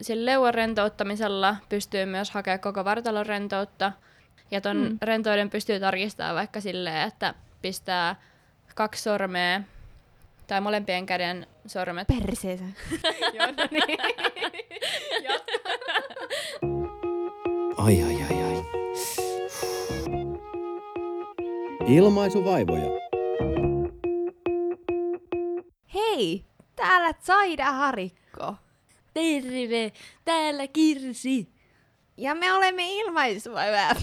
sillä leuan rentouttamisella pystyy myös hakemaan koko vartalon rentoutta. Ja ton rentouden pystyy tarkistamaan vaikka silleen, että pistää 2 sormea tai molempien käden sormet. Perseeseen. Joo, no niin. Ai. Ilmaisuvaivoja. Hei, täällä Zaida Harikko. Terve, täällä Kirsi. Ja me olemme ilmaisuvaivoja.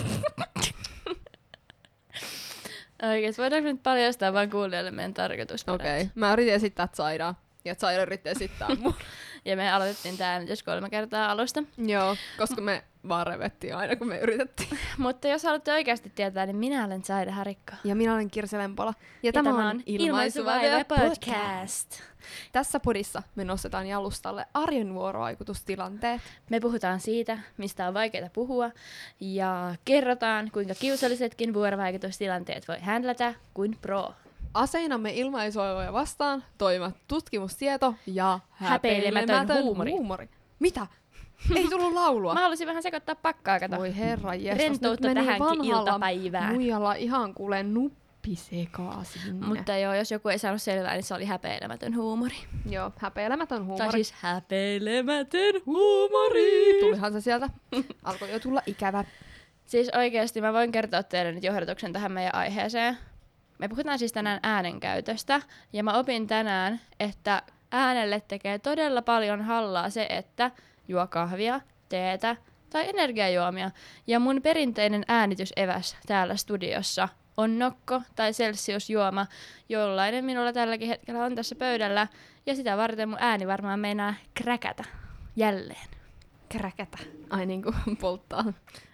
Oikeesti, voidaanko nyt paljastaa vaan kuulijoille meidän tarkoitus? Okei, mä yritin esittää Zaidaa. Ja Zaida yritti esittää mua. Ja me aloitettiin tää nyt jos 3 kertaa alusta. Joo, koska me vaan revettiin aina, kun me yritettiin. Mutta jos haluatte oikeasti tietää, niin minä olen Zaida Harikko. Ja minä olen Kirsi Lempola. Ja tämä on Ilmaisuvaivoja podcast. Tässä podissa me nostetaan jalustalle arjen vuorovaikutustilanteet. Me puhutaan siitä, mistä on vaikeaa puhua, ja kerrotaan, kuinka kiusallisetkin vuorovaikutustilanteet voi handlata kuin pro. Aseinamme ilmaisuvaivoja vastaan toimivat tutkimustieto ja häpeilemätön huumori. Mitä? Ei tullut laulua. Mä halusin vähän sekoittaa pakkaa, kato. Voi herra jestas, rentoutta nyt meni tähänkin iltapäivään. Muijalla ihan kuulee nuppi sekaisin. Mutta joo, jos joku ei saanut selvää, niin se oli häpeilemätön huumori. Joo, häpeilemätön huumori. Tai siis häpeilemätön huumori. Tulihan se sieltä. Alkoi jo tulla ikävä. Siis oikeesti mä voin kertoa teille nyt johdatuksen tähän meidän aiheeseen. Me puhutaan siis tänään äänenkäytöstä, ja mä opin tänään, että äänelle tekee todella paljon hallaa se, että juo kahvia, teetä tai energiajuomia. Ja mun perinteinen äänityseväs täällä studiossa on nokko tai celsiusjuoma, jollainen minulla tälläkin hetkellä on tässä pöydällä, ja sitä varten mun ääni varmaan meinaa kräkätä jälleen. Kräkätä. Ai niinku polttaa.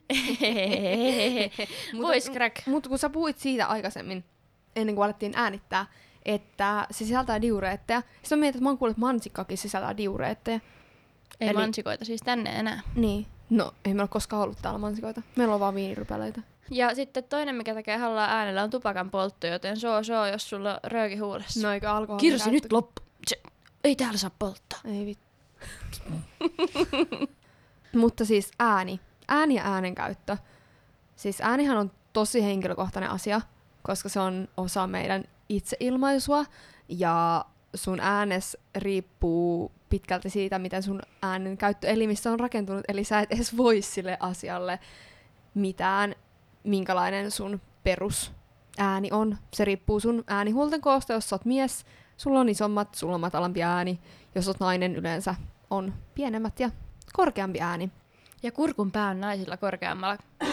Voice crack. Mutta kun sä puhuit siitä aikaisemmin, ennen kuin alettiin äänittää, että se sisältää diureetteja. Sitten mä mietin, että mä oon kuullut, että mansikkakin sisältää diureetteja. Ei mansikoita siis tänne enää. Niin. No, ei meillä ole koskaan ollut täällä mansikoita. Meillä on vaan viinirypäleitä. Ja sitten toinen, mikä tekee hallaa äänellä, on tupakan poltto, joten jos sulla on rööki huulessa. No eikä alkoholi. Kirsi, nyt loppu. Ei täällä saa polttaa. Ei vittu. Mutta siis ääni. Ääni ja äänenkäyttö. Siis äänihän on tosi henkilökohtainen asia, koska se on osa meidän itseilmaisua. Ja sun äänes riippuu pitkälti siitä, miten sun äänen käyttöelimissä on rakentunut. Eli sä et edes voi sille asialle mitään, minkälainen sun perusääni on. Se riippuu sun äänihuolten koosta. Jos sä oot mies, sulla on isommat, sulla on matalampi ääni. Jos oot nainen, yleensä on pienemmät ja korkeampi ääni. Ja kurkun pää on naisilla korkeammalla.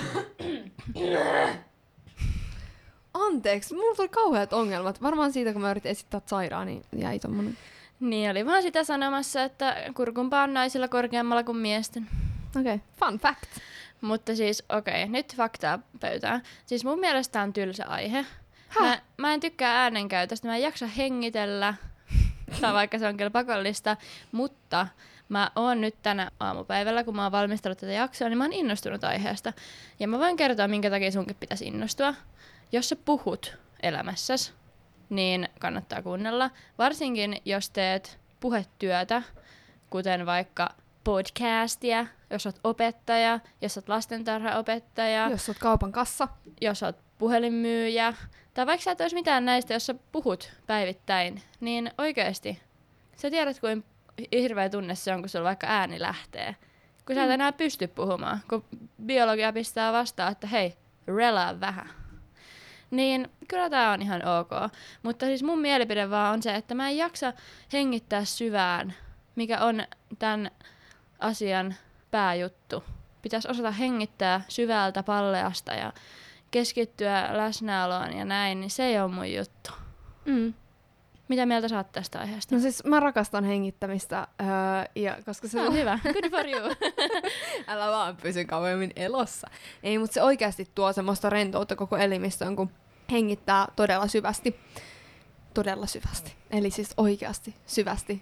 Anteeksi, mulla tuli kauheat ongelmat. Varmaan siitä, kun mä yritin esittää Zaidaa, niin jäi tommonen. Niin, oli vaan sitä sanomassa, että kurkun pää on naisilla korkeammalla kuin miesten. Okei, fun fact. Mutta siis, nyt faktaa pöytään. Siis mun mielestä tää on tylsä aihe. Mä en tykkää äänenkäytöstä, mä en jaksa hengitellä, tai vaikka se on kyllä pakollista, mutta mä oon nyt tänä aamupäivällä, kun mä oon valmistellut tätä jaksoa, niin mä oon innostunut aiheesta. Ja mä voin kertoa, minkä takia sunkin pitäisi innostua. Jos sä puhut elämässäsi, niin kannattaa kuunnella. Varsinkin, jos teet puhetyötä, kuten vaikka podcastia, jos oot opettaja, jos oot lastentarhaopettaja, jos oot kaupan kassa, jos oot puhelinmyyjä, tai vaikka sä et olisi mitään näistä, jos sä puhut päivittäin, niin oikeesti sä tiedät, kuinka hirveä tunne se on, kun sulla vaikka ääni lähtee. Kun sä et enää pysty puhumaan, kun biologia pistää vastaan, että hei, relaa vähän. Niin kyllä tää on ihan ok. Mutta siis mun mielipide vaan on se, että mä en jaksa hengittää syvään, mikä on tämän asian pääjuttu. Pitäisi osata hengittää syvältä palleasta ja keskittyä läsnäoloon ja näin, niin se ei ole mun juttu. Mitä mieltä sä oot tästä aiheesta? No siis mä rakastan hengittämistä, ja koska se on hyvä. Good for you. Älä vaan pysy kauemmin elossa. Ei, mutta se oikeasti tuo semmoista rentoutta koko elimistöön, kun hengittää todella syvästi. Todella syvästi. Eli siis oikeasti syvästi.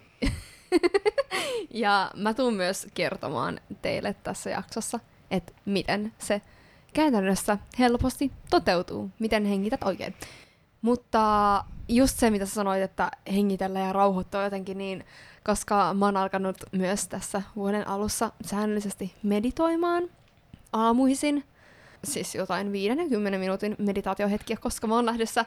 Ja mä tuun myös kertomaan teille tässä jaksossa, että miten se käytännössä helposti toteutuu. Miten hengität oikein. Mutta just se, mitä sä sanoit, että hengitellä ja rauhoittaa jotenkin, niin koska mä oon alkanut myös tässä vuoden alussa säännöllisesti meditoimaan aamuisin. Siis jotain 5 ja 10 minuutin meditaatiohetkiä, koska mä oon lähdössä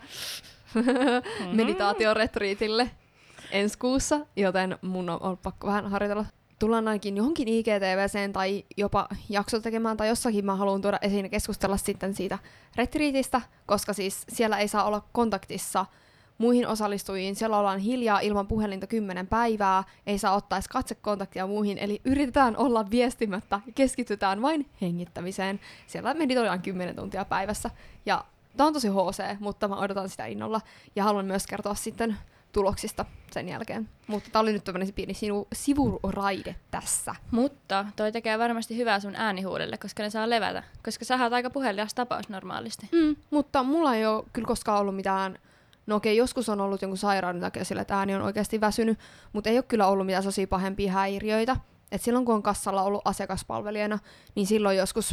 meditaatioretriitille ensi kuussa, joten mun on pakko vähän harjoitella. Tullaan ainakin johonkin IGTV:seen tai jopa jakso tekemään tai jossakin mä haluan tuoda esiin ja keskustella sitten siitä retriitistä, koska siis siellä ei saa olla kontaktissa muihin osallistujiin. Siellä ollaan hiljaa ilman puhelinta 10 päivää, ei saa ottaa edes katsekontaktia muihin, eli yritetään olla viestimättä ja keskitytään vain hengittämiseen. Siellä meditoidaan 10 tuntia päivässä ja tää on tosi HC, mutta mä odotan sitä innolla ja haluan myös kertoa sitten tuloksista sen jälkeen. Mutta tää oli nyt tämmöinen pieni sivuraide tässä. Mutta toi tekee varmasti hyvää sun äänihuulille, koska ne saa levätä. Koska sä oot aika puhelias tapaus normaalisti. Mutta mulla ei ole kyllä koskaan ollut mitään. No okei, joskus on ollut jonkun sairauden takia sillä, että ääni on oikeasti väsynyt, mutta ei ole kyllä ollut mitään sellaisia pahempia häiriöitä. Et silloin kun on kassalla ollut asiakaspalvelijana, niin silloin joskus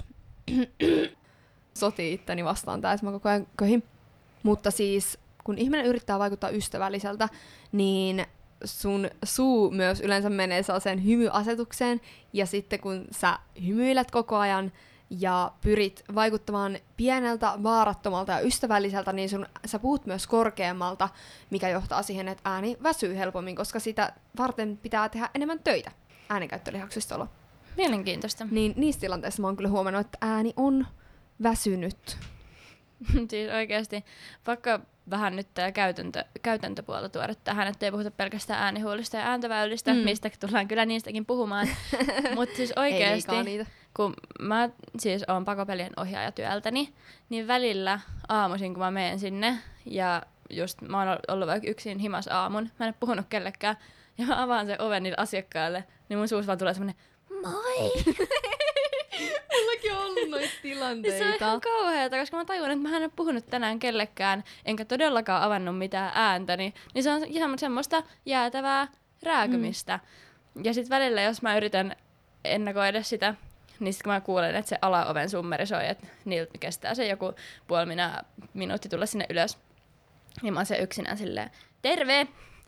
sotii itteni vastaan tää, että mä koko ajan köhin. Mutta siis kun ihminen yrittää vaikuttaa ystävälliseltä, niin sun suu myös yleensä menee sellaiseen hymyasetukseen, ja sitten kun sä hymyilet koko ajan ja pyrit vaikuttamaan pieneltä, vaarattomalta ja ystävälliseltä, niin sä puhut myös korkeammalta, mikä johtaa siihen, että ääni väsyy helpommin, koska sitä varten pitää tehdä enemmän töitä äänenkäyttölihaksystolla. Mielenkiintoista. Niin niissä tilanteissa mä oon kyllä huomannut, että ääni on väsynyt. Siis oikeasti pakko vähän nyt tää käytäntöpuolta tuoda tähän, ettei puhuta pelkästään äänihuolista ja ääntäväylistä, mistä tullaan kyllä niistäkin puhumaan. Mutta siis oikeasti, kun mä siis oon pakopelien ohjaaja työltäni, niin välillä aamuisin, kun mä menen sinne, ja just mä oon ollut vaikka yksin himas aamun, mä en ole puhunut kellekään, ja mä avaan sen oven niille asiakkaille, niin mun suussa vaan tulee semmonen moi! Mullakin on ollut noita tilanteita. Se on ihan kauheeta, koska mä tajun, että mä en ole puhunut tänään kellekään, enkä todellakaan avannut mitään ääntä, niin se on ihan semmoista jäätävää rääkymistä. Ja sit välillä, jos mä yritän ennakoida sitä, niin sit kun mä kuulen, että se alaoven summeri soi, että niiltä kestää se joku minuutti tulla sinne ylös, niin mä oon se yksinään silleen, terve,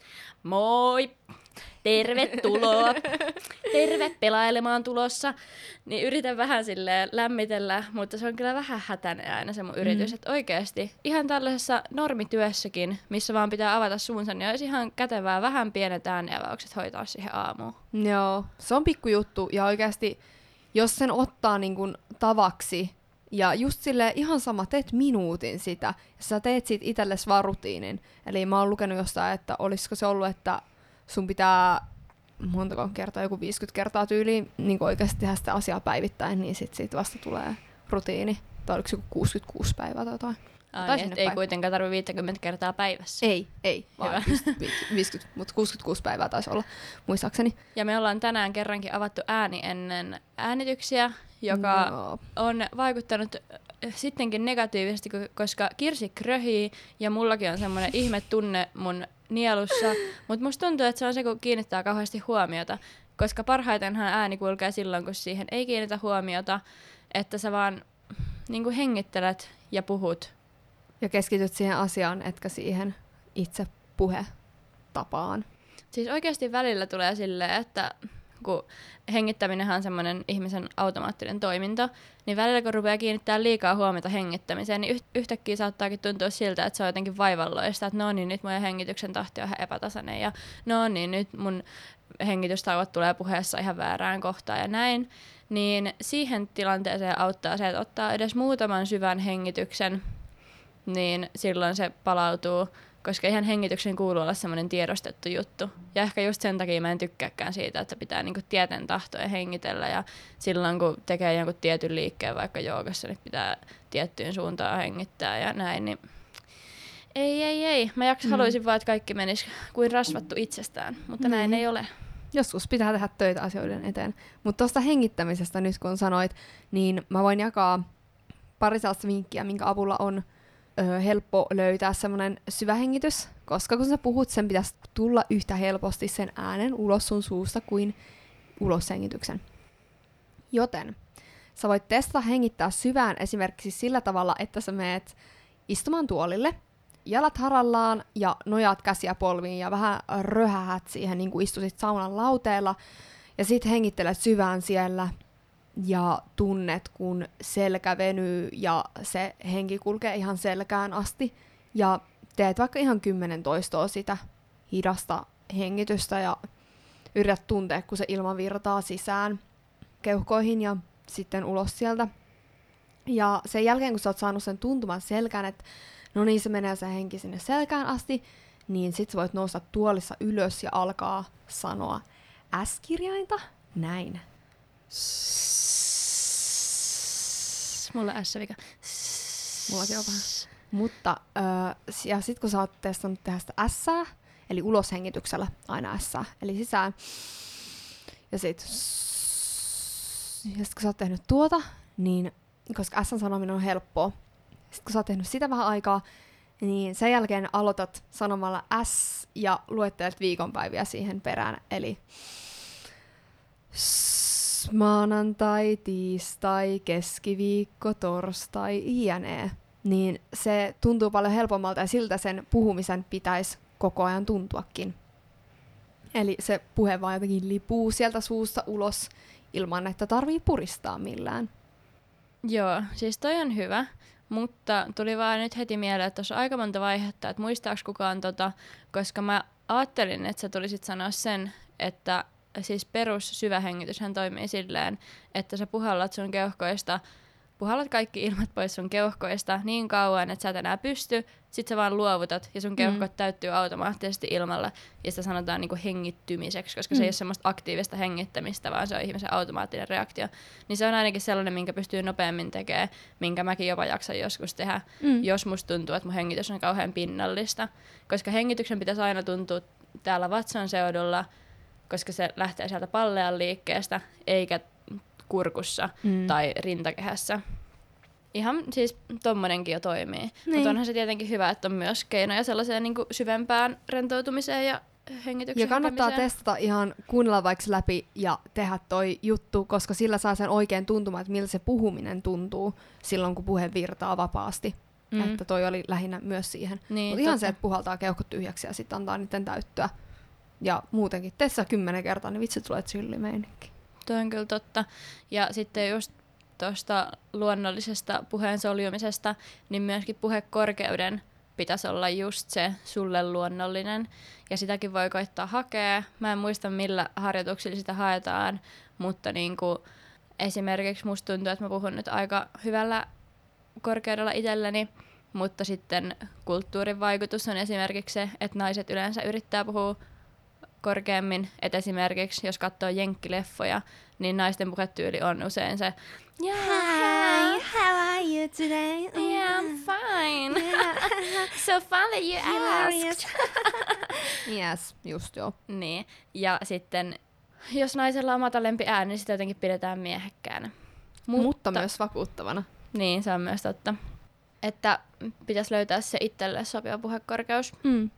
moi, tervetuloa, terve pelailemaan tulossa, niin yritän vähän silleen lämmitellä, mutta se on kyllä vähän hätäinen aina se mun yritys, että oikeesti ihan tällaisessa normityössäkin, missä vaan pitää avata suunsa, niin olisi ihan kätevää vähän pienet ääniavaukset hoitaa siihen aamuun. Joo, se on pikkujuttu ja oikeasti, jos sen ottaa niin kun tavaksi ja just silleen ihan sama, teet minuutin sitä ja sä teet siitä itsellesi vaan rutiinin. Eli mä oon lukenut jostain, että olisiko se ollut, että sun pitää montako kertaa, joku 50 kertaa tyyliin, niin oikeasti tehdä sitä asiaa päivittäin, niin sit siitä vasta tulee rutiini. Tai oliko se 66 päivää tai jotain. Niin, ei kuitenkaan tarvitse 50 kertaa päivässä. Ei, vaan 50, mutta 66 päivää taisi olla, muistaakseni. Ja me ollaan tänään kerrankin avattu ääni ennen äänityksiä, joka on vaikuttanut sittenkin negatiivisesti, koska Kirsi kröhii ja mullakin on semmoinen ihme tunne mun nielussa, mutta musta tuntuu, että se on se, kun kiinnittää kauheasti huomiota, koska parhaitenhan ääni kulkee silloin, kun siihen ei kiinnitä huomiota, että sä vaan niin kuin hengittelet ja puhut. Ja keskityt siihen asiaan, etkä siihen itse puhetapaan. Siis oikeasti välillä tulee silleen, että kun hengittäminenhän on semmoinen ihmisen automaattinen toiminto, niin välillä kun rupeaa kiinnittää liikaa huomiota hengittämiseen, niin yhtäkkiä saattaakin tuntua siltä, että se on jotenkin vaivalloista, että no niin, nyt mun hengityksen tahti on ihan epätasainen ja no niin, nyt mun hengitystauot tulee puheessa ihan väärään kohtaan ja näin. Niin siihen tilanteeseen auttaa se, että ottaa edes muutaman syvän hengityksen, niin silloin se palautuu, koska ihan hengityksen kuuluu olla semmoinen tiedostettu juttu. Ja ehkä just sen takia mä en tykkääkään siitä, että pitää niinku tieten tahtoen hengitellä ja silloin kun tekee jonkun tietyn liikkeen vaikka joogassa, niin pitää tiettyyn suuntaan hengittää ja näin, niin ei. Mä haluaisin vaan, että kaikki menisi kuin rasvattu itsestään, mutta näin ei ole. Joskus pitää tehdä töitä asioiden eteen. Mutta tuosta hengittämisestä nyt kun sanoit, niin mä voin jakaa pari sellaista vinkkiä, minkä avulla on helppo löytää semmoinen syvä hengitys, koska kun sä puhut, sen pitäisi tulla yhtä helposti sen äänen ulos sun suusta kuin uloshengityksen. Joten sä voit testata hengittää syvään esimerkiksi sillä tavalla, että sä meet istumaan tuolille, jalat harallaan ja nojaat käsiä polviin ja vähän röhähät siihen, niin kuin istuisit saunan lauteella. Ja sit hengittelet syvään siellä ja tunnet, kun selkä venyy ja se henki kulkee ihan selkään asti. Ja teet vaikka ihan 10 toistoa sitä hidasta hengitystä ja yrität tuntea, kun se ilma virtaa sisään keuhkoihin ja sitten ulos sieltä. Ja sen jälkeen, kun sä oot saanut sen tuntuman selkään, että no niin, se menee se henki sinne selkään asti, niin sit sä voit nousta tuolissa ylös ja alkaa sanoa S-kirjainta näin. Mulla on S-vika. Mullakin on vähän. Mutta, ja sit kun sä oot testannut tehdä sitä S-ää, eli uloshengityksellä aina S-ää, eli sisään, ja sit kun sä oot tehnyt tuota, niin koska S sanominen on helppoa, sit kun sä oot tehnyt sitä vähän aikaa, niin sen jälkeen aloitat sanomalla S ja luettelet viikonpäiviä siihen perään, eli maanantai, tiistai, keskiviikko, torstai, jne. Niin se tuntuu paljon helpommalta ja siltä sen puhumisen pitäisi koko ajan tuntuakin. Eli se puhe vaan jotenkin lipuu sieltä suusta ulos ilman, että tarvii puristaa millään. Joo, siis toi on hyvä, mutta tuli vaan nyt heti mieleen, että tuossa on aika monta vaihetta, että muistaaks kukaan koska mä ajattelin, että sä tulisit sanoa sen, että siis perus syvähengityshän toimii silleen, että sä puhallat sun keuhkoista, puhallat kaikki ilmat pois sun keuhkoista niin kauan, että sä et enää pysty, sit sä vaan luovutat ja sun keuhkot täyttyy automaattisesti ilmalla ja sitä sanotaan niinku hengittymiseksi, koska se ei ole semmoista aktiivista hengittämistä, vaan se on ihmisen automaattinen reaktio. Niin se on ainakin sellainen, minkä pystyy nopeammin tekemään, minkä mäkin jopa jaksan joskus tehdä, jos musta tuntuu, että mun hengitys on kauhean pinnallista. Koska hengityksen pitäisi aina tuntua täällä vatsan seudulla, koska se lähtee sieltä pallean liikkeestä, eikä kurkussa tai rintakehässä. Ihan siis tommonenkin jo toimii. Niin. Mutta onhan se tietenkin hyvä, että on myös keinoja sellaiseen niin kuin syvempään rentoutumiseen ja hengityksen ja kannattaa hakemiseen. testata ihan kuunnella vaikka läpi ja tehdä toi juttu, koska sillä saa sen oikein tuntumaan, että miltä se puhuminen tuntuu silloin, kun puhe virtaa vapaasti. Että toi oli lähinnä myös siihen. Niin, mutta ihan se, että puhaltaa keuhkot tyhjäksi ja sitten antaa niiden täyttyä. Ja muutenkin tessä 10 kertaa, niin vitsi tulee chillimeininki. Tuo on kyllä totta. Ja sitten just tuosta luonnollisesta puheen soljumisesta, niin myöskin puhekorkeuden pitäisi olla just se sulle luonnollinen. Ja sitäkin voi koittaa hakea. Mä en muista, millä harjoituksilla sitä haetaan, mutta niinku, esimerkiksi musta tuntuu, että mä puhun nyt aika hyvällä korkeudella itselleni, mutta sitten kulttuurin vaikutus on esimerkiksi se, että naiset yleensä yrittää puhua korkeammin. Et esimerkiksi jos katsoo jenkkileffoja, niin naisten puhetyyli on usein se yeah, Hi, how are you today? Yeah, I'm fine. Yeah. So fun that you asked. Yes, just joo. Niin. Ja sitten, jos naisella on matalempi ääni, niin sitä jotenkin pidetään miehekkäänä. Mutta myös vakuuttavana. Niin, se on myös totta. Että pitäisi löytää se itselle sopiva puhekorkeus.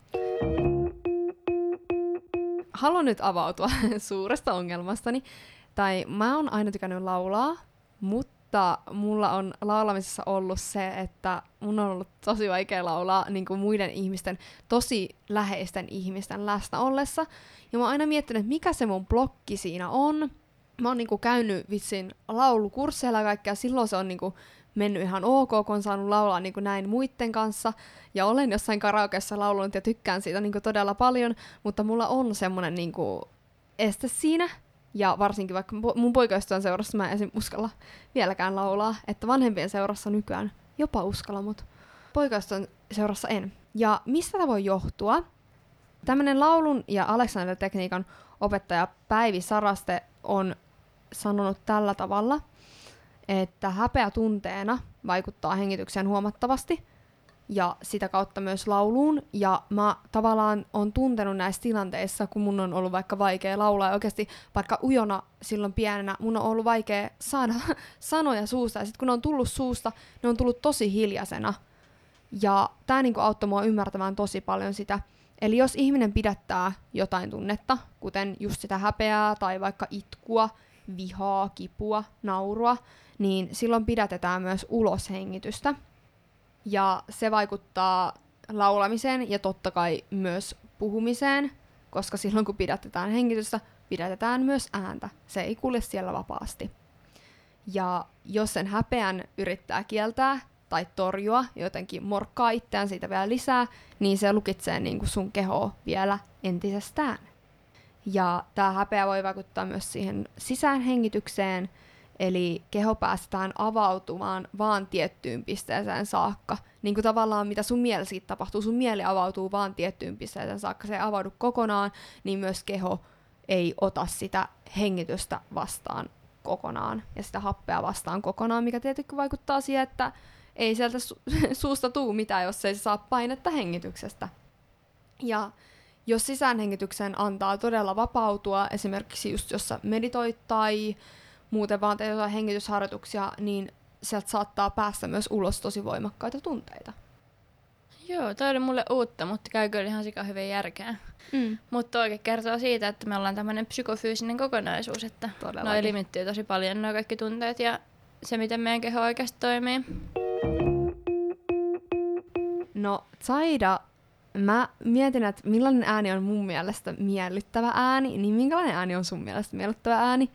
Haluan nyt avautua suuresta ongelmastani. Tai mä oon aina tykännyt laulaa, mutta mulla on laulamisessa ollut se, että mun on ollut tosi vaikea laulaa niin kuin muiden ihmisten, tosi läheisten ihmisten läsnä ollessa. Ja mä oon aina miettinyt, että mikä se mun blokki siinä on. Mä oon niin kuin käynyt vitsin laulukursseilla ja kaikkea, silloin se on niin kuin mennyt ihan ok, kun on saanut laulaa niin kuin näin muitten kanssa. Ja olen jossain karaokeessa laulunut ja tykkään siitä niin kuin todella paljon, mutta mulla on semmonen niin kuin este siinä. Ja varsinkin vaikka mun poikaystävän seurassa mä en esim. Uskalla vieläkään laulaa, että vanhempien seurassa nykyään jopa uskalla, mutta poikaystävän seurassa en. Ja mistä tämä voi johtua? Tämmönen laulun ja Alexander-tekniikan opettaja Päivi Saraste on sanonut tällä tavalla, että häpeä tunteena vaikuttaa hengitykseen huomattavasti ja sitä kautta myös lauluun. Ja mä tavallaan on tuntenut näissä tilanteissa, kun mun on ollut vaikka vaikea laulaa. Ja oikeasti vaikka ujona silloin pienenä mun on ollut vaikea saada sanoja suusta. Ja sit kun ne on tullut suusta, ne on tullut tosi hiljaisena. Ja tää niinku auttoi mua ymmärtämään tosi paljon sitä. Eli jos ihminen pidättää jotain tunnetta, kuten just sitä häpeää tai vaikka itkua, vihaa, kipua, naurua, niin silloin pidätetään myös uloshengitystä. Ja se vaikuttaa laulamiseen ja totta kai myös puhumiseen, koska silloin kun pidätetään hengitystä, pidätetään myös ääntä. Se ei kulje siellä vapaasti. Ja jos sen häpeän yrittää kieltää tai torjua, jotenkin morkkaa itseään siitä vielä lisää, niin se lukitsee niin kuin sun kehoa vielä entisestään. Ja tää häpeä voi vaikuttaa myös siihen sisäänhengitykseen, eli keho päästetään avautumaan vaan tiettyyn pisteeseen saakka. Niin kuin tavallaan mitä sun mielessäkin tapahtuu, sun mieli avautuu vaan tiettyyn pisteeseen saakka, se ei avaudu kokonaan, niin myös keho ei ota sitä hengitystä vastaan kokonaan ja sitä happea vastaan kokonaan, mikä tietenkin vaikuttaa siihen, että ei sieltä suusta tuu mitään, jos ei se saa painetta hengityksestä. Ja jos sisäänhengityksen antaa todella vapautua, esimerkiksi just jos sä meditoit tai muuten vaan teet jotain hengitysharjoituksia, niin sieltä saattaa päästä myös ulos tosi voimakkaita tunteita. Joo, toi oli mulle uutta, mutta käy kyllä ihan sika hyvin järkeä. Mutta oikein kertoo siitä, että me ollaan tämmöinen psykofyysinen kokonaisuus, että noi limittyy tosi paljon nuo kaikki tunteet ja se, miten meidän keho oikeasti toimii. No, Zaida, mä mietin, että millainen ääni on mun mielestä miellyttävä ääni, niin minkälainen ääni on sun mielestä miellyttävä ääni?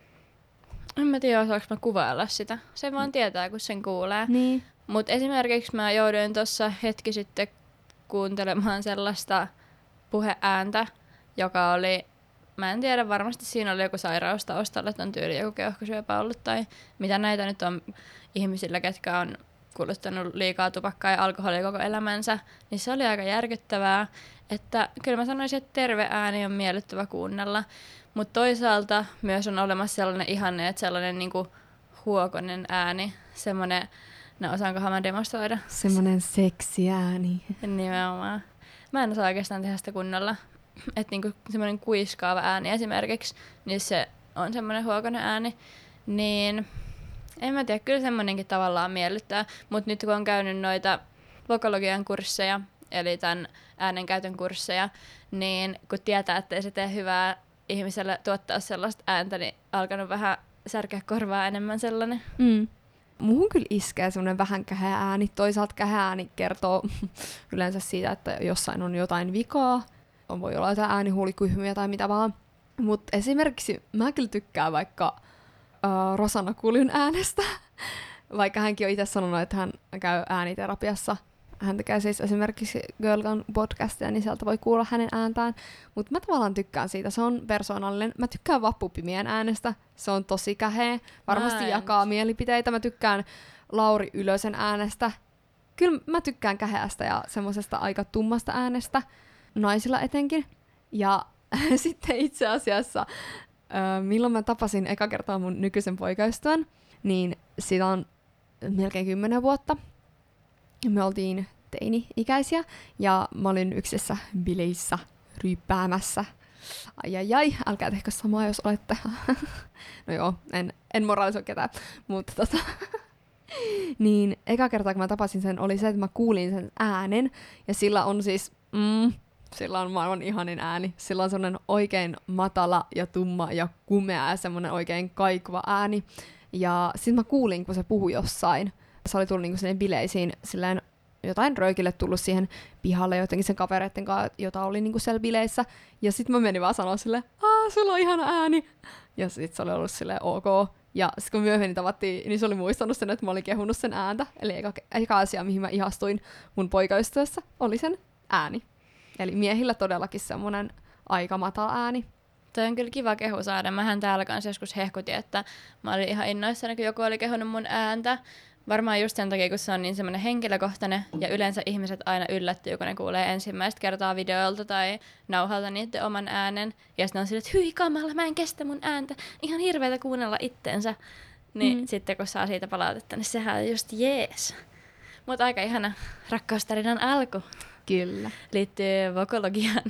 En mä tiedä, osaanko mä kuvailla sitä. Se vaan tietää, kun sen kuulee. Niin. Mutta esimerkiksi mä jouduin tuossa hetki sitten kuuntelemaan sellaista puheääntä, joka oli, mä en tiedä, varmasti siinä oli joku sairaus taustalla, että on tyyli joku keuhkosyöpä ollut tai mitä näitä nyt on ihmisillä, ketkä on kuluttanut liikaa tupakkaa ja alkoholia koko elämänsä, niin se oli aika järkyttävää, että kyllä mä sanoisin, että terve ääni on miellyttävä kuunnella, mutta toisaalta myös on olemassa sellainen ihanne, että sellainen niinku huokonen ääni, semmoinen, no osaankohan mä demonstroida? Semmoinen seksiääni. Nimenomaan. Mä en osaa oikeastaan tehdä sitä kunnolla. Että niinku semmoinen kuiskaava ääni esimerkiksi, niin se on semmoinen huokonen ääni. Niin en mä tiedä, kyllä semmoinenkin tavallaan miellyttää. Mutta nyt kun on käynyt noita vokalogian kursseja, eli tämän äänenkäytön kursseja, niin kun tietää, että ei se tee hyvää ihmiselle tuottaa sellaista ääntä, niin alkanut vähän särkeä korvaa enemmän sellainen. Muuhun kyllä iskee semmoinen vähän käheä ääni. Toisaalta käheä ääni kertoo yleensä siitä, että jossain on jotain vikaa. Voi olla jotain äänihuulikuihmia tai mitä vaan. Mutta esimerkiksi mä kyllä tykkään vaikka Rosanna Kuljun äänestä. Vaikka hänkin on itse sanonut, että hän käy ääniterapiassa. Hän tekee siis esimerkiksi Girl Gone podcastia, niin sieltä voi kuulla hänen ääntään. Mutta mä tavallaan tykkään siitä, se on persoonallinen. Mä tykkään Vappupimien äänestä, se on tosi käheä. Varmasti jakaa mielipiteitä. Mä tykkään Lauri Ylösen äänestä. Kyllä mä tykkään käheästä ja semmosesta aika tummasta äänestä, naisilla etenkin. Ja sitten itse asiassa, milloin mä tapasin eka kertaa mun nykyisen poikaystävän, niin siitä on melkein 10 vuotta. Me oltiin teini-ikäisiä ja mä olin yksissä bileissä ryyppäämässä. Ai, älkää tehkö samaa, jos olette. No joo, en moralisoi ketään. Mutta niin eka kertaa, kun mä tapasin sen, oli se, että mä kuulin sen äänen. Ja sillä on siis, sillä on maailman ihanin ääni. Sillä on semmonen oikein matala ja tumma ja kumea ja semmonen oikein kaikuva ääni. Ja sit mä kuulin, kun se puhui jossain. Se oli tullut niinku sinne bileisiin silleen jotain röykille tullut siihen pihalle jotenkin sen kavereitten kanssa, jota oli niinku siellä bileissä. Ja sit mä menin vaan sanoa silleen, sulla on ihana ääni. Ja sit se oli ollut silleen ok. Ja sit kun myöhemmin tavattiin, niin se oli muistanut sen, että mä olin kehunut sen ääntä. Eli eka asia, mihin mä ihastuin mun poikaystävässä, oli sen ääni. Eli miehillä todellakin semmonen aika matala ääni. Toi on kyllä kiva kehu saada. Mähän täällä kanssa joskus hehkutin, että mä olin ihan innoissani, kun joku oli kehunut mun ääntä. Varmaan just sen takia, kun se on niin semmoinen henkilökohtainen ja yleensä ihmiset aina yllättyy, kun ne kuulee ensimmäistä kertaa videolta tai nauhalta niiden oman äänen. Ja sitten on silleen, että hyi kamala, mä en kestä mun ääntä. Ihan hirveetä kuunnella itteensä. Niin sitten kun saa siitä palautetta, niin sehän on just jees. Mutta aika ihana rakkaustarinan alku. Kyllä. Liittyy vokologiaan.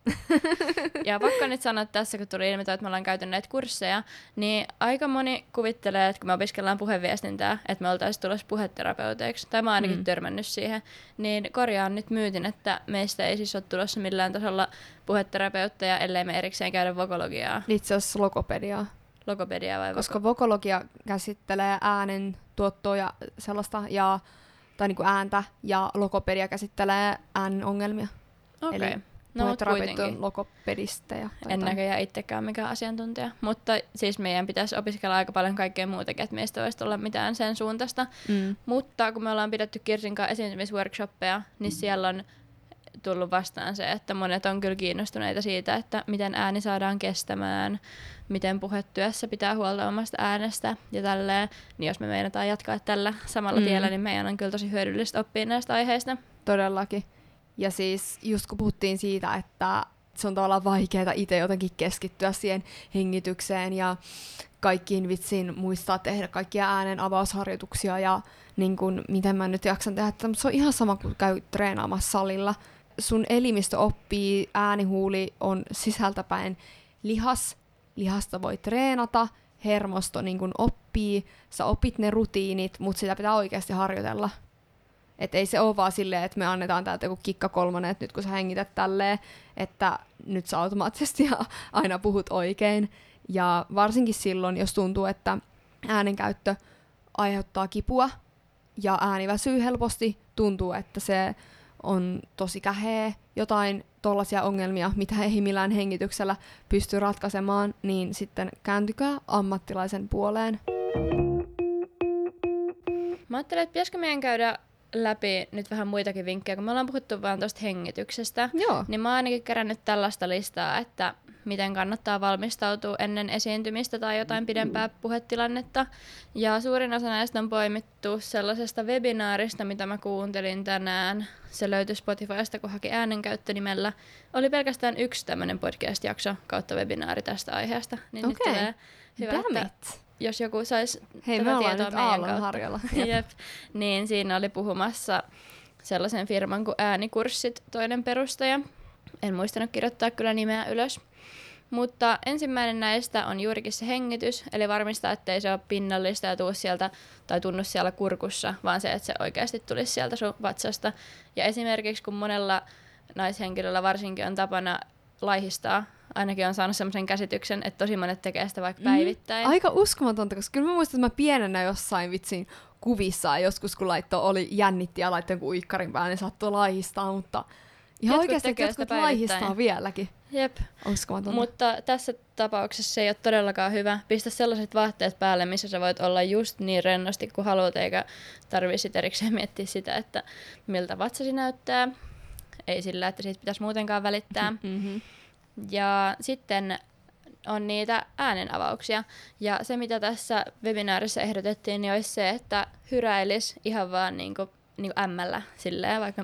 Ja pakko nyt sanoa tässä, kun tuli ilmi, että me ollaan käyty näitä kursseja, niin aika moni kuvittelee, että kun me opiskellaan puheviestintää, että me oltaisiin tulossa puheterapeuteiksi, tai mä oon ainakin törmännyt siihen, niin korjaan nyt myytin, että meistä ei siis ole tulossa millään tasolla puheterapeutteja, ellei me erikseen käydä vokologiaa. Itse asiassa logopediaa. Logopediaa vai koska vokologia käsittelee äänen tuottoa ja sellaista, ja tai niinku ääntä, ja logopedia käsittelee äänen ongelmia. Okei. Eli No mut puheterapeutti kuitenkin. on logopedista. Ja En näköjään itsekään mikään asiantuntija. Mutta siis meidän pitäisi opiskella aika paljon kaikkea muutakin, että meistä voisi olla mitään sen suuntaista. Mutta kun me ollaan pidetty Kirsin kanssa esiintymisworkshoppeja, niin siellä on tullut vastaan se, että monet on kyllä kiinnostuneita siitä, että miten ääni saadaan kestämään, miten puhetyössä pitää huolta omasta äänestä ja tälleen. Niin jos me meinataan jatkaa tällä samalla tiellä, niin meidän on kyllä tosi hyödyllistä oppia näistä aiheista. Todellakin. Ja siis just kun puhuttiin siitä, että se on tavallaan vaikeaa itse jotenkin keskittyä siihen hengitykseen ja kaikkiin vitsiin muistaa tehdä kaikkia äänen avausharjoituksia ja niin kun, miten mä nyt jaksan tehdä tätä, mutta se on ihan sama kuin käy treenaamassa salilla. Sun elimistö oppii, äänihuuli on sisältäpäin lihasta voi treenata, hermosto niin kun oppii, sä opit ne rutiinit, mutta sitä pitää oikeasti harjoitella. Et ei se ole vaan silleen, että me annetaan täältä joku kikka 3, että nyt kun sä hengität tälleen, että nyt sä automaattisesti aina puhut oikein. Ja varsinkin silloin, jos tuntuu, että äänenkäyttö aiheuttaa kipua ja ääni väsyy helposti, tuntuu, että se on tosi käheä, jotain tollaisia ongelmia, mitä ei millään hengityksellä pysty ratkaisemaan, niin sitten kääntykää ammattilaisen puoleen. Mä ajattelen, että pitäisikö meidän käydä läpi nyt vähän muitakin vinkkejä, kun me ollaan puhuttu vaan tuosta hengityksestä. Joo. Niin mä oon ainakin kerännyt tällaista listaa, että miten kannattaa valmistautua ennen esiintymistä tai jotain pidempää puhetilannetta. Ja suurin osa näistä on poimittu sellaisesta webinaarista, mitä mä kuuntelin tänään. Se löytyi Spotifysta, kun haki äänenkäyttönimellä. Oli pelkästään yksi tämmöinen podcast-jakso kautta webinaari tästä aiheesta. Niin nyt tulee hyvä, että jos joku saisi Hei, tätä me ollaan tietoa nyt meidän kautta. aallonharjalla. Jep. Niin siinä oli puhumassa sellaisen firman kuin Äänikurssit toinen perustaja. En muistanut kirjoittaa kyllä nimeä ylös. Mutta ensimmäinen näistä on juurikin se hengitys, eli varmistaa, ettei se ole pinnallista ja tuu sieltä tai tunnu siellä kurkussa, vaan se, että se oikeasti tulisi sieltä sun vatsasta. Ja esimerkiksi kun monella naishenkilöllä varsinkin on tapana laihistaa, ainakin on saanut semmoisen käsityksen, että tosi monet tekee sitä vaikka päivittäin. Aika uskomatonta, koska kyllä mä muistan, että mä pienenä jossain vitsin kuvissa joskus kun oli jännitti ja laittoi jonkun uikkarin päälle, niin saattoi laihistaa, mutta ihan oikeasti jotkut laihistaa vieläkin. Jep. Uskomatonta. Mutta tässä tapauksessa se ei ole todellakaan hyvä. Pistä sellaiset vaatteet päälle, missä sä voit olla just niin rennosti kuin haluat, eikä tarvitse sit erikseen miettiä sitä, että miltä vatsasi näyttää. Ei sillä, että siitä pitäisi muutenkaan välittää. Ja sitten on niitä äänenavauksia. Ja se, mitä tässä webinaarissa ehdotettiin, niin olisi se, että hyräilisi ihan vaan niinku ämmällä silleen, vaikka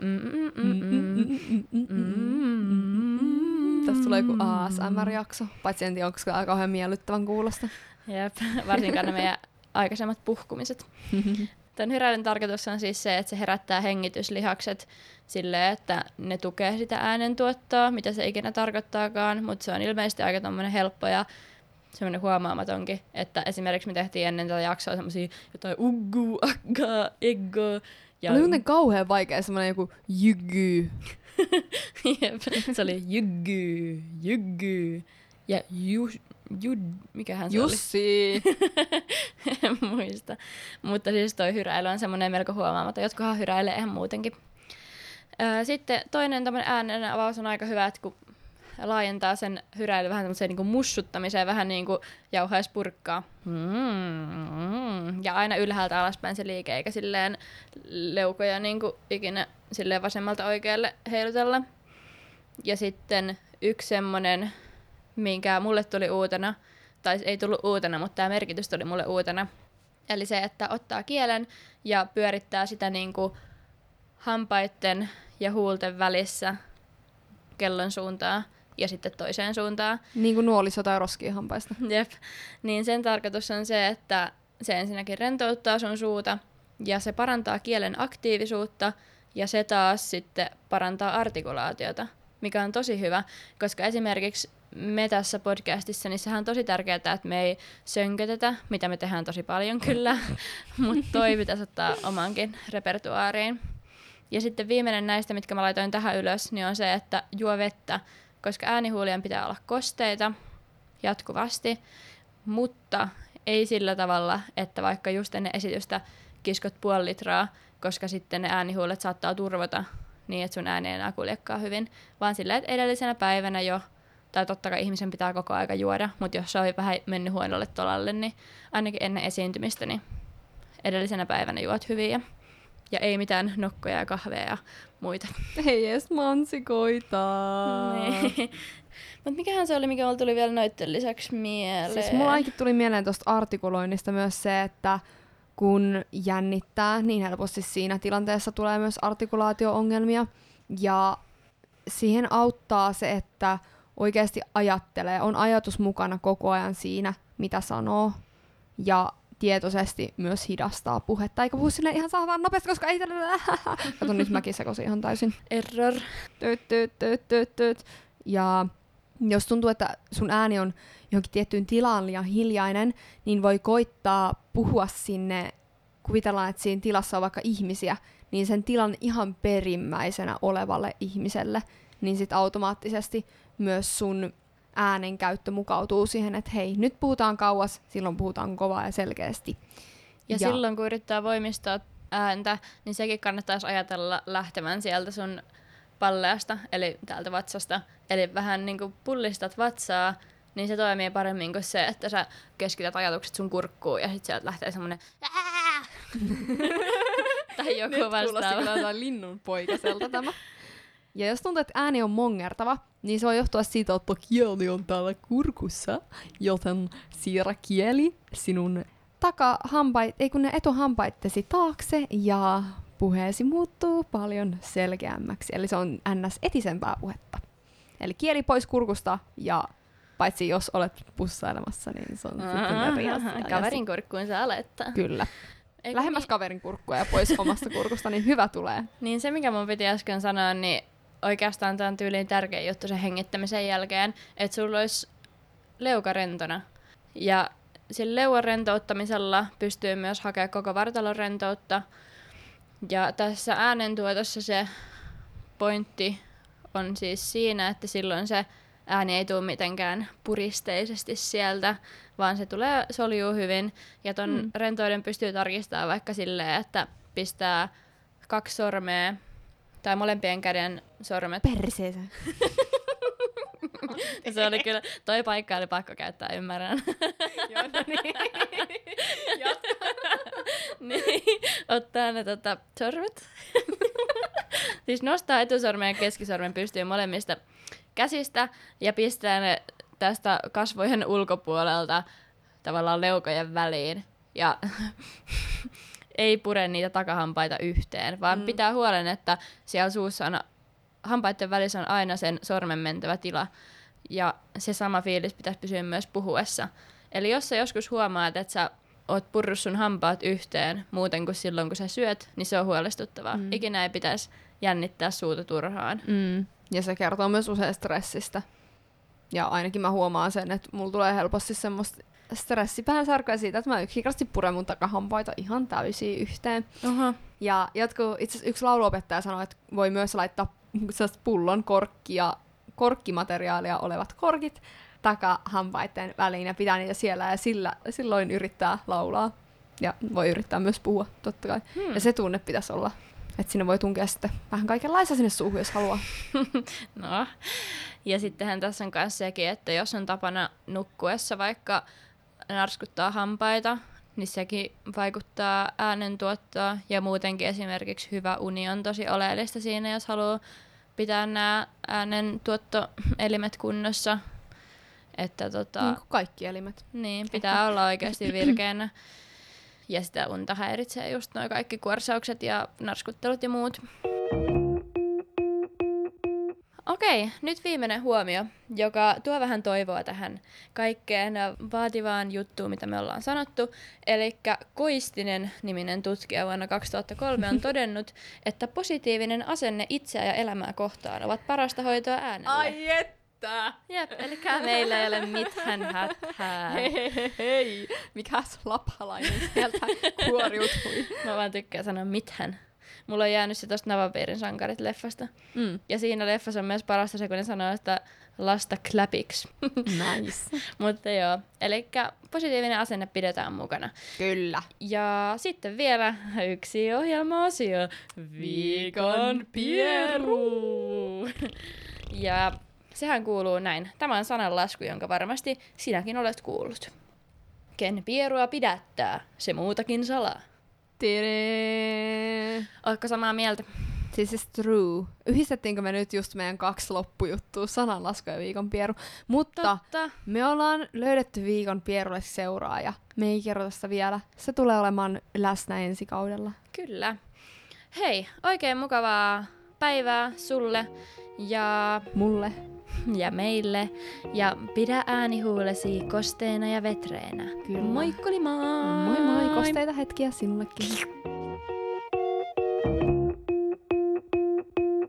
Tästä tulee joku ASMR-jakso, paitsi en tiedä, onko se kauhean miellyttävän kuulosta. Jep, varsinkaan ne meidän aikaisemmat puhkumiset. Tämän hyräilyn tarkoitus on siis se, että se herättää hengityslihakset silleen, että ne tukee sitä äänentuottoa, mitä se ikinä tarkoittaakaan, mutta se on ilmeisesti aika tommonen helppo ja semmoinen huomaamatonkin, että esimerkiksi me tehtiin ennen tätä jaksoa semmosia jotain uggu, akka, eggo. Ja oli muuten kauhean vaikea semmoinen joku jyggy. Jep, se oli jyggy ja mikähän se Jussi. oli? En muista. Mutta siis toi hyräily on semmoinen melko huomaamaton. Jotkuhan hyräilee ihan muutenkin. Sitten toinen tämmöinen äänen avaus on aika hyvä, että kun laajentaa sen hyräily vähän semmoiseen niin kuin mussuttamiseen, vähän niin kuin jauhaisi purkkaa. Ja aina ylhäältä alaspäin se liike, eikä silleen leukoja niin kuin ikinä silleen vasemmalta oikealle heilutella. Ja sitten yksi semmonen, minkä mulle tuli uutena, tai ei tullut uutena, mutta tämä merkitys tuli mulle uutena. Eli se, että ottaa kielen ja pyörittää sitä niinku hampaitten ja huulten välissä kellon suuntaan ja sitten toiseen suuntaan. Niin kuin nuoliso tai roskii hampaista. Jep. Niin sen tarkoitus on se, että se ensinnäkin rentouttaa sun suuta ja se parantaa kielen aktiivisuutta ja se taas sitten parantaa artikulaatiota, mikä on tosi hyvä, koska esimerkiksi me tässä podcastissa, niin sehän on tosi tärkeää, että me ei sönkötetä, mitä me tehdään tosi paljon kyllä, mutta toi pitäisi ottaa omankin repertuaariin. Ja sitten viimeinen näistä, mitkä mä laitoin tähän ylös, niin on se, että juo vettä, koska äänihuulien pitää olla kosteita jatkuvasti, mutta ei sillä tavalla, että vaikka just ennen esitystä kiskot 0,5 litraa, koska sitten ne äänihuulet saattaa turvota niin, että sun ääni ei enää kuljekaan hyvin, vaan silleen, että edellisenä päivänä jo, tai totta kai ihmisen pitää koko aika juoda, mutta jos se on vähän mennyt huonolle tolalle, niin ainakin ennen esiintymistä, niin edellisenä päivänä juot hyvin ja ei mitään nokkoja ja kahveja ja muita. Ei edes mansikoita. Niin. Mutta mikähän se oli, mikä mulla tuli vielä noitten lisäksi mieleen? Siis mulla ainakin tuli mieleen tuosta artikuloinnista myös se, että kun jännittää, niin helposti siinä tilanteessa tulee myös artikulaatio-ongelmia. Ja siihen auttaa se, että oikeasti ajattelee, on ajatus mukana koko ajan siinä, mitä sanoo. Ja tietoisesti myös hidastaa puhetta, eikä puhu silleen ihan saa vaan nopeasti, koska ei tällä. Kato, nyt mäkin sekoisin ihan täysin. Error. Tyyt. Ja jos tuntuu, että sun ääni on johonkin tiettyyn tilaan liian hiljainen, niin voi koittaa puhua sinne, kuvitellaan, että siinä tilassa on vaikka ihmisiä, niin sen tilan ihan perimmäisenä olevalle ihmiselle, niin sit automaattisesti myös sun äänen käyttö mukautuu siihen, että hei, nyt puhutaan kauas, silloin puhutaan kovaa ja selkeästi. Ja silloin, kun yrittää voimistaa ääntä, niin sekin kannattaisi ajatella lähtemään sieltä sun palleasta, eli täältä vatsasta. Eli vähän niin kuin pullistat vatsaa, niin se toimii paremmin kuin se, että sä keskität ajatukset sun kurkkuun ja sit sieltä lähtee semmonen tai joku nyt vastaava. kuulosti kyllä jotain linnunpoikaselta tämä. Ja jos tuntuu, että ääni on mongertava, niin se voi johtua siitä, että kieli on täällä kurkussa, joten siirrä kieli sinun etuhampaittesi taakse ja puheesi muuttuu paljon selkeämmäksi. Eli se on ns. Etisempää puhetta. Eli kieli pois kurkusta ja paitsi jos olet pussailemassa, niin se on sitten eri asia. Kaverin kurkkuun saa laittaa. Kyllä. Eikö Lähemmäs kaverin kurkkua ja pois omasta kurkusta, niin hyvä tulee. Niin se, mikä mun piti äsken sanoa, niin oikeastaan tämä on tyyliin tärkein juttu sen hengittämisen jälkeen, että sulla olisi leuka rentona. Ja sillä leuan rentouttamisella pystyy myös hakemaan koko vartalon rentoutta. Ja tässä äänentuotossa se pointti on siis siinä, että silloin se ääni ei tule mitenkään puristeisesti sieltä, vaan se soljuu hyvin. Ja ton rentouden pystyy tarkistamaan vaikka silleen, että pistää 2 sormea tai molempien käden sormet. Perseeseen. Se oli kyllä, toi paikka oli pakko käyttää, ymmärrän. Joo, no niin. Niin, ottaa ne sormet. Siis nostaa etusormen ja keskisormen pystyyn molemmista käsistä ja pistää ne tästä kasvojen ulkopuolelta tavallaan leukojen väliin. Ja ei pure niitä takahampaita yhteen, vaan pitää huolen, että siellä suussa on, hampaiden välissä on aina sen sormen mentävä tila. Ja se sama fiilis pitäisi pysyä myös puhuessa. Eli jos sä joskus huomaat, että sä oot purrut sun hampaat yhteen muuten kuin silloin, kun sä syöt, niin se on huolestuttavaa. Ikinä ei pitäisi jännittää suuta turhaan. Ja se kertoo myös usein stressistä. Ja ainakin mä huomaan sen, että mulla tulee helposti semmoista stressipäänsärkyä siitä, että mä yksinkertaisesti puren mun takahampaita ihan täysin yhteen. Oho. Ja itse asiassa yksi lauluopettaja sanoi, että voi myös laittaa pullon korkkimateriaalia olevat korkit takahampaiden väliin ja pitää niitä siellä ja silloin yrittää laulaa. Ja voi yrittää myös puhua, totta kai. Ja se tunne pitäisi olla, että sinne voi tunkea sitten vähän kaikenlaista sinne suuhun, jos haluaa. No. Ja sittenhän tässä on myös sekin, että jos on tapana nukkuessa vaikka narskuttaa hampaita, niin sekin vaikuttaa äänentuottoon. Ja muutenkin esimerkiksi hyvä uni on tosi oleellista siinä, jos haluaa pitää nämä äänentuottoelimet kunnossa. Että niin kuin kaikki elimet. Niin, pitää olla oikeasti virkeänä. Ja sitä unta häiritsee just nuo kaikki kuorsaukset ja narskuttelut ja muut. Okei, nyt viimeinen huomio, joka tuo vähän toivoa tähän kaikkeen vaativaan juttuun, mitä me ollaan sanottu. Elikkä Koistinen-niminen tutkija vuonna 2003 on todennut, että positiivinen asenne itseä ja elämää kohtaan ovat parasta hoitoa äänelle. Ai että! Jep, elikkä meillä ei ole mitään hätää. Hei! Mikäs lappalainen sieltä kuoriutui? Mä vaan tykkään sanoa mitään. mulla on jäänyt se tosta Navapiirin sankarit-leffasta. Mm. Ja siinä leffassa on myös parasta se, kun ne sanoo, että lasta clapiksi. Nice. Mutta joo, eli positiivinen asenne pidetään mukana. Kyllä. Ja sitten vielä yksi ohjelma-osio. Viikon pieru! Ja sehän kuuluu näin. Tämä on sananlasku, jonka varmasti sinäkin olet kuullut. Ken pierua pidättää, se muutakin salaa. Tiri. Ootko samaa mieltä? This is true. Yhdistettiinkö me nyt just meidän 2 loppujuttua, sananlasku ja viikon pieru? Mutta Totta. me ollaan löydetty viikon pierulle seuraaja. Me ei kerrota sitä vielä. Se tulee olemaan läsnä ensi kaudella. Kyllä. Hei, oikein mukavaa päivää sulle ja Mulle. meille. Ja pidä äänihuulesi kosteena ja vetreänä. Kyllä. Moikkuli moi! Moi moi, kosteita hetkiä sinullekin.